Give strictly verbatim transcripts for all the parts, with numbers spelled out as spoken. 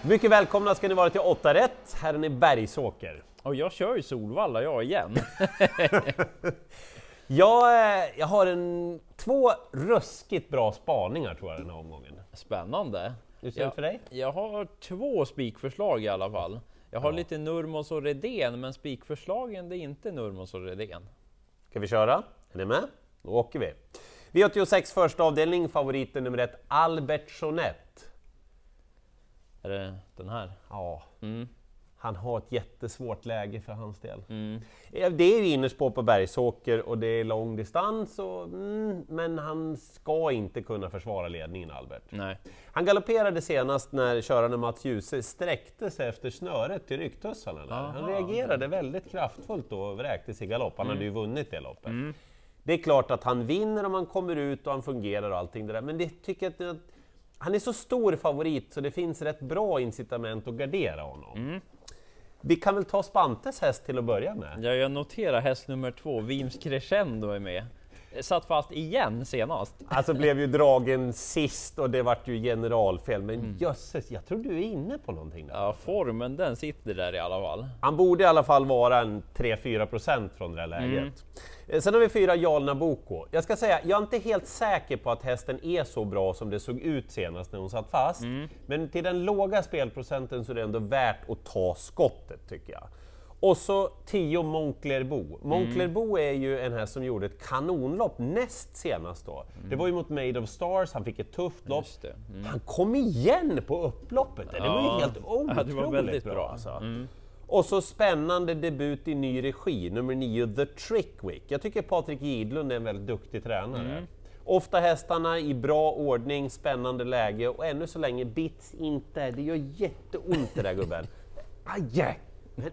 Mycket välkomna ska ni vara till åtta rätt. Här är ni Bergsåker. Och jag kör ju Solvalla, jag igen. jag, jag har en, två ruskigt bra spaningar tror jag den här omgången. Spännande. Hur ser det för dig? Jag har två spikförslag i alla fall. Jag har ja. lite Nurmos och Redén, men spikförslagen det är inte Nurmos och Redén. Ska vi köra? Är ni med? Då åker vi. V åttiosex första avdelning, favoriten nummer ett, Albertssonet. Är det den här? Ja. Mm. Han har ett jättesvårt läge för hans del. Mm. Det är ju innerspår på Bergsåker och det är lång distans, och, mm, men han ska inte kunna försvara ledningen, Albert. Nej. Han galopperade senast när köraren Mats Djuse sträckte sig efter snöret till rycktussarna. Där. Han reagerade väldigt kraftfullt då och vräktes i galopp. Han mm. hade ju vunnit det loppet. Mm. Det är klart att han vinner om han kommer ut och han fungerar och allting det där, men det tycker jag att han är så stor favorit så det finns rätt bra incitament att gardera honom. Mm. Vi kan väl ta Spantes häst till att börja med. Ja, jag noterar häst nummer två, Vims Crescendo är med. Satt fast igen senast. Alltså blev ju dragen sist och det vart ju generalfel, men mm. jösses, jag tror du är inne på någonting där. Ja, formen den sitter där i alla fall. Han borde i alla fall vara en tre till fyra procent från det här läget. Mm. Sen har vi fyra Jalna Boko. Jag ska säga, jag är inte helt säker på att hästen är så bra som det såg ut senast när hon satt fast. Mm. Men till den låga spelprocenten så är det ändå värt att ta skottet tycker jag. Och så tio Monclerbo. Monclerbo är ju en häst som gjorde ett kanonlopp näst senast då. Mm. Det var ju mot Made of Stars, han fick ett tufft lopp. Mm. Han kom igen på upploppet, det ja. var ju helt otroligt ja, det var väldigt bra. bra. Alltså. Mm. Och så spännande debut i ny regi, nummer nio The Trickwick. Jag tycker Patrik Gidlund är en väldigt duktig tränare. Mm. Ofta hästarna i bra ordning, spännande läge och ännu så länge bits inte. Det gör jätteont det där gubben. Aj! Men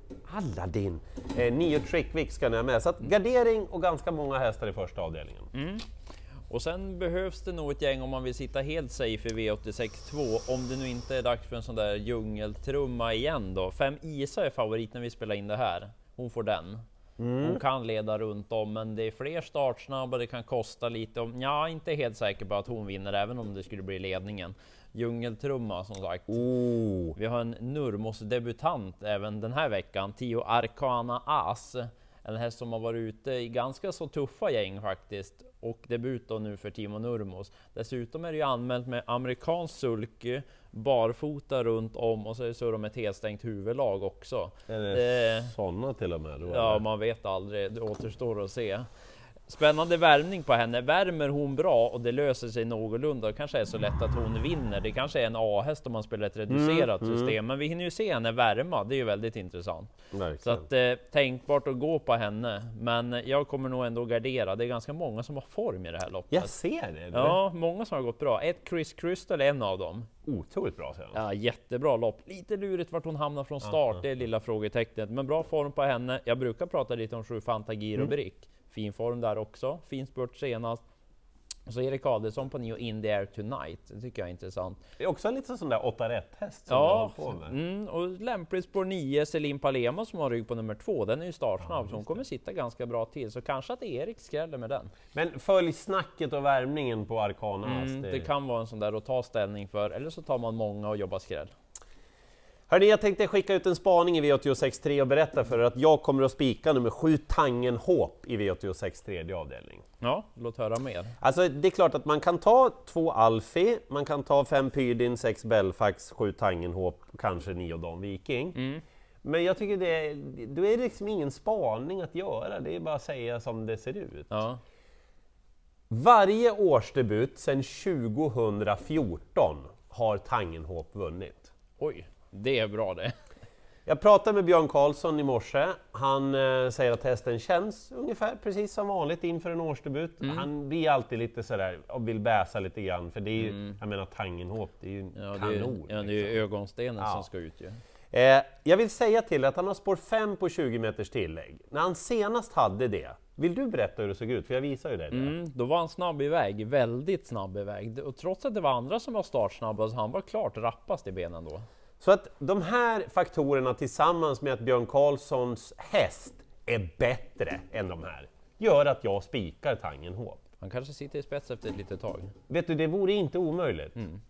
Aladdin! Eh, nio Trickwick ska ni ha med. Så att gardering och ganska många hästar i första avdelningen. Mm. Och sen behövs det nog ett gäng om man vill sitta helt safe i V åttiosex två, om det nu inte är dags för en sån där djungeltrumma igen då. Fem Isa är favorit när vi spelar in det här. Hon får den. Mm. Hon kan leda runt om, men det är fler startsnabba, det kan kosta lite. Om, ja, inte helt säker på att hon vinner, även om det skulle bli ledningen. Djungeltrumma som sagt. Oh. Vi har en Nurmos debutant även den här veckan, Tio Arcana As. En häst som har varit ute i ganska så tuffa gäng faktiskt, och debut då nu för Timo Nurmos. Dessutom är det ju anmält med amerikansk sulky, barfota runt om, och så är det så med ett helt stängt huvudlag också. Är det eh, sådana till och med? Då, ja, eller? Man vet aldrig, det återstår att se. Spännande värmning på henne. Värmer hon bra och det löser sig någorlunda, det kanske är så lätt att hon vinner. Det kanske är en A-häst om man spelar ett reducerat mm, system, mm. men vi hinner ju se henne värma, det är ju väldigt intressant. Verkligen. Så att eh, tänkbart att gå på henne, men jag kommer nog ändå gardera. Det är ganska många som har form i det här loppet. Jag ser det. Ja, många som har gått bra. Ett Chris Crystal är en av dem. Otroligt bra sen. Ja, jättebra lopp. Lite lurigt vart hon hamnar från start, uh-huh. det är lilla frågetecknet, men bra form på henne. Jag brukar prata lite om sju Fantagir och mm. Brick. Fin form där också, fin spurt senast. Och så Erik Adelsson på nio In the Air Tonight, det tycker jag är intressant. Det är också en lite sån där åtta rätt häst som ja, jag har på med. Mm, och lämpligt spår nio, Celine Palema som har rygg på nummer två, den är ju startsnabb, ja, så hon kommer sitta ganska bra till, så kanske att Erik skräller med den. Men följ snacket och värmningen på Arcana. Mm, det... det kan vara en sån där att ta ställning för, eller så tar man många och jobbar skräll. Hörrni, jag tänkte skicka ut en spaning i V åttiosex tre och berätta för er att jag kommer att spika nummer sju Tangenhop i V åttiosex tredje avdelning. Ja, låt höra mer. Alltså det är klart att man kan ta två Alfie, man kan ta fem Pydin, sex Belfax, sju Tangenhop, kanske nio Don Viking. Mm. Men jag tycker det är, då är det liksom ingen spaning att göra, det är bara att säga som det ser ut. Ja. Varje årsdebut sedan tjugohundrafjorton har Tangenhop vunnit. Oj. Det är bra det. Jag pratade med Björn Karlsson i morse. Han eh, säger att hästen känns ungefär precis som vanligt inför en årsdebut. Mm. Han blir alltid lite sådär och vill bäsa lite grann, för det är ju, mm. jag menar Tangenhop, det är ju ja, kanon. Det är, ja, det är ju ögonstenen ja. som ska ut ju. Eh, jag vill säga till att han har spår fem på tjugo meters tillägg. När han senast hade det, vill du berätta hur det såg ut? För jag visar ju dig det. Mm, då var han snabb iväg, väldigt snabb iväg. Och trots att det var andra som var startsnabba, så han var klart rappast i benen då. Så att de här faktorerna tillsammans med att Björn Karlssons häst är bättre än de här gör att jag spikar Tangenhop. Han kanske sitter i spets efter ett litet tag. Vet du, det vore inte omöjligt. Mm. Och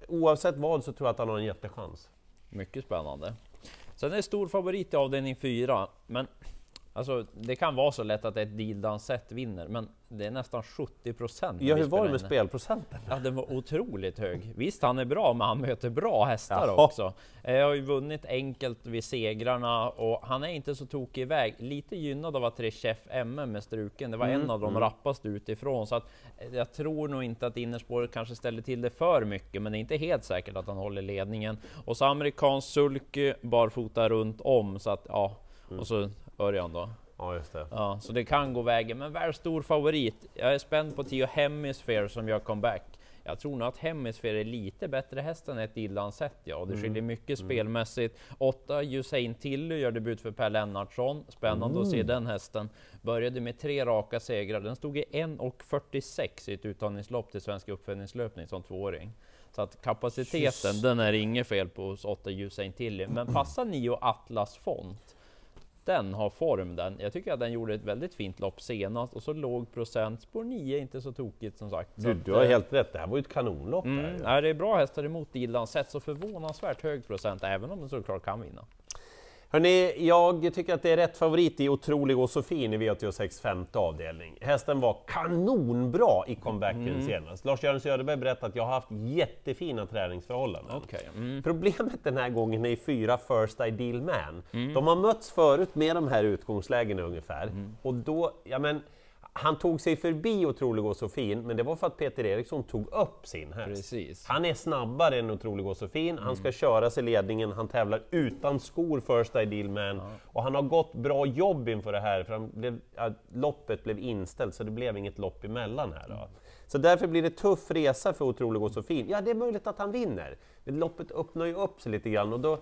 oavsett vad så tror jag att han har en jättechans. Mycket spännande. Sen är det stor favorit i avdelning fyra, men alltså, det kan vara så lätt att ett deal-dance-set vinner, men det är nästan sjuttio procent. Ja, hur var det med spelprocenten? Ja, den var otroligt hög. Visst, han är bra, men han möter bra hästar Jaha. också. Jag har ju vunnit enkelt vid segrarna och han är inte så tokig iväg. Lite gynnad av att det är Chef M M med struken. Det var Mm, en av de mm. rappaste utifrån, så att jag tror nog inte att innerspåret kanske ställer till det för mycket, men det är inte helt säkert att han håller ledningen. Och så amerikansk sulky barfota runt om, så att ja, Mm. och så Örjan då. Ja, just det. Ja, så det kan gå vägen, men väl stor favorit. Jag är spänd på tio Hemisphere som gör comeback. Jag tror nog att Hemisphere är lite bättre häst än ett Idland-set, ja. Det skiljer mycket Mm. spelmässigt. Åtta Usain Tilly gör debut för Per Lennartsson. Spännande att se den hästen. Började med tre raka segrar. Den stod i en fyrtiosex i ett uttagningslopp till Svenska uppföljningslöpning som tvååring. Så att kapaciteten, Just. den är inget fel på hos åtta Usain Tilly. Men passar nio Atlas Font. Den har form den. Jag tycker att den gjorde ett väldigt fint lopp senast och så låg procent. Spår nio, inte så tokigt som sagt. Så Du, att, du har eh, helt rätt, det här var ju ett kanonlopp. Mm, där. ja, det är bra hästar emot Idland-set, så förvånansvärt hög procent, även om den såklart kan vinna. Hörrni, jag tycker att det är rätt favorit i Otrolig och Sofin i V åttiosex femte avdelning. Hästen var kanonbra i comebacken Mm. senast. Lars-Göran Söderberg berättade att jag har haft jättefina träningsförhållanden. Okej. Mm. Problemet den här gången är i fyra First Ideal Man. Mm. De har mötts förut med de här utgångslägena ungefär. Mm. Och då, ja men, han tog sig förbi Otrolig och Sofin, men det var för att Peter Eriksson tog upp sin häst. Precis. Han är snabbare än Otrolig och Sofin, han ska köra sig ledningen, han tävlar utan skor First Ideal Man. Och han har gått bra jobb inför det här, för han blev, ja, loppet blev inställt så det blev inget lopp emellan här då. Så därför blir det tuff resa för Otrolig och Sofin. Ja, det är möjligt att han vinner. Men loppet öppnar ju upp sig lite grann och då...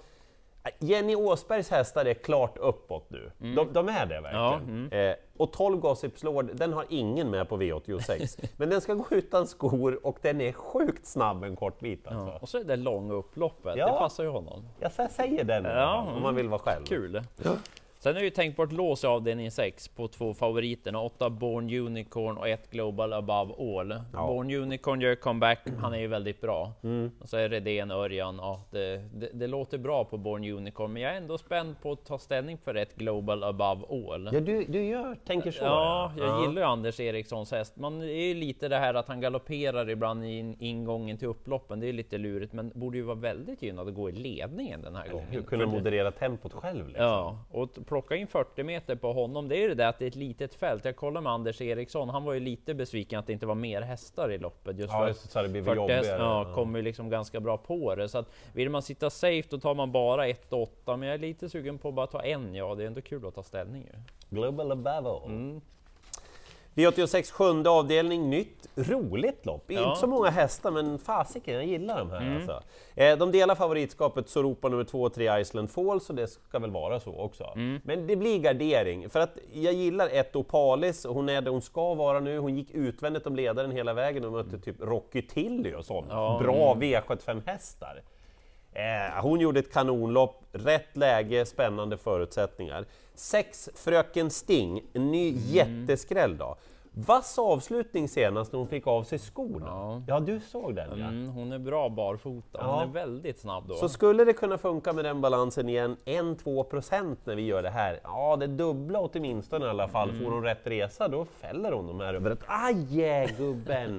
Jenny Åsbergs hästar är klart uppåt nu. Mm. De, de är det verkligen. Ja, mm. eh, och tolv Gossip Lord, den har ingen med på V åttiosex. Men den ska gå utan skor och den är sjukt snabb en kort bit alltså. Ja. Och så är det långa upploppet, Ja. det passar ju honom. Jag säger den i alla Ja, fall, om man vill vara själv. Kul. Sen är det ju tänkbart lås i avdelning sex på två favoriterna, åtta Born Unicorn och ett Global Above All. Ja. Born Unicorn gör comeback, han är ju väldigt bra. Mm. Och så är Redén, Örjan, ja, det, det, det låter bra på Born Unicorn, men jag är ändå spänd på att ta ställning för ett Global Above All. Ja, du, du gör, tänker så. Ja, jag ja. gillar ju Anders Erikssons häst. Man är ju lite det här att han galopperar ibland i in- ingången till upploppen. Det är lite lurigt, men borde ju vara väldigt gynnad att gå i ledningen den här gången. Hur kunna För det- moderera tempot själv liksom. Ja, och t- plocka in fyrtio meter på honom, det är ju det där att det är ett litet fält. Jag kollar med Anders Eriksson, han var ju lite besviken att det inte var mer hästar i loppet. Just Ja, för just så hade det blivit fyrtio jobbigare. hästar, ja, kommer ju liksom ganska bra på det. Så att vill man sitta safe, då tar man bara ett och åtta. Men jag är lite sugen på att bara ta en, ja. Det är ändå kul att ta ställning ju. Global Above All. Mm. V åttiosex sjunde avdelning, nytt, roligt lopp. Ja. Inte så många hästar, men fasiken, jag gillar de här Mm. alltså. Eh, de delar favoritskapet så ropar nummer två och tre Iceland Falls, och det ska väl vara så också. Mm. Men det blir gardering, för att jag gillar ett Opalis, hon är där hon ska vara nu, hon gick utvändigt om ledaren hela vägen och mötte typ Rocky Tilly och sånt. Ja. Bra V sjuttiofem-hästar. Eh, hon gjorde ett kanonlopp, rätt läge, spännande förutsättningar. Sex Fröken Sting, en ny Mm. jätteskräll då. Vass avslutning senast när hon fick av sig skorna. Ja. Ja, du såg den ja. Mm, hon är bra barfota, hon Ja. är väldigt snabb då. Så skulle det kunna funka med den balansen igen, en till två procent när vi gör det här. Ja, det dubbla åtminstone i alla fall. Mm. Får hon rätt resa, då fäller hon de här över ett... Aj, gubben!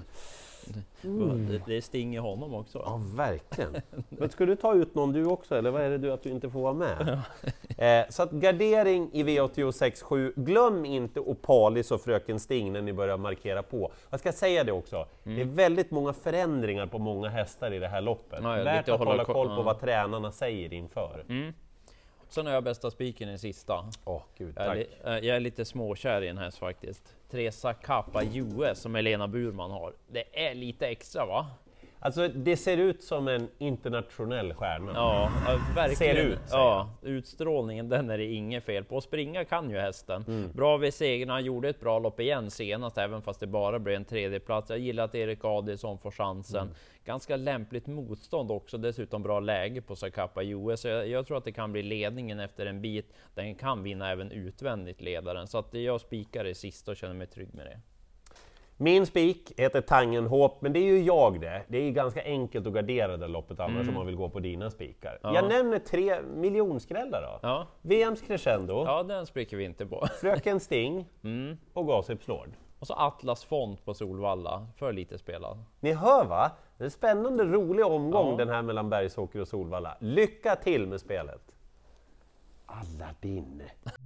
det, det är sting i honom också. Ja, verkligen. Men ska du ta ut någon du också, eller vad är det du att du inte får vara med? eh, så att gardering i V åttiosex sju, glöm inte Opalis och Fröken Sting när ni börjar markera på. Jag ska säga det också, det är väldigt många förändringar på många hästar i det här loppet. Ja, ja, Värt lite att hålla hålla ko- koll på ja. vad tränarna säger inför. Mm. Sen har jag bästa spiken i sista. Åh, gud, Jag är, tack. li- eh, jag är lite småkär i en häst faktiskt. Tresa Kappa U S som Helena Burman har. Det är lite extra va? Alltså, det ser ut som en internationell stjärna. Ja, ja, verkligen. Ser ut, säger ja, utstrålningen, den är det inget fel på. Springa kan ju hästen. Mm. Bra vid segern, han gjorde ett bra lopp igen senast, även fast det bara blev en tredje plats. Jag gillar att Erik Adielsson får chansen. Mm. Ganska lämpligt motstånd också, dessutom bra läge på Sakappa U S. Jag, jag tror att det kan bli ledningen efter en bit. Den kan vinna även utvändigt ledaren, så att jag spikar i sista och känner mig trygg med det. Min spik heter Tangenhop, men det är ju jag det. Det är ju ganska enkelt att gardera det loppet annars mm. om man vill gå på dina spikar. Ja. Jag nämner tre miljonskrällar då. Ja. V M's Crescendo. Ja, den spricker vi inte på. Fröken Sting mm. och Gossips Lord. Och så Atlas Font på Solvalla, för lite spelad. Ni hör va? Det är en spännande, rolig omgång ja. den här mellan Bergsåker och Solvalla. Lycka till med spelet! Aladdin!